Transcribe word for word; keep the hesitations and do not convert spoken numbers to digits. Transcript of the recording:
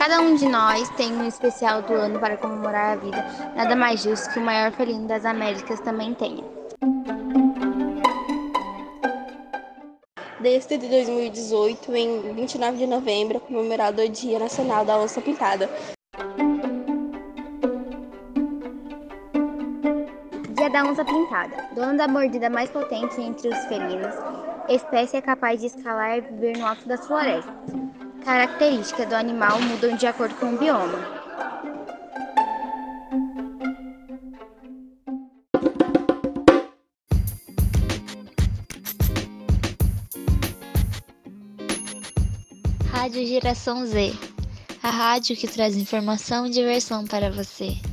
cada um de nós tem um especial do ano para comemorar a vida, nada mais justo que o maior felino das Américas também tenha. Desde dois mil e dezoito, em vinte e nove de novembro, é comemorado o Dia Nacional da Onça Pintada. Dia da onça pintada. Dona da mordida mais potente entre os felinos, espécie é capaz de escalar e viver no alto das florestas. Características do animal mudam de acordo com o bioma. Rádio Geração Z, a rádio que traz informação e diversão para você.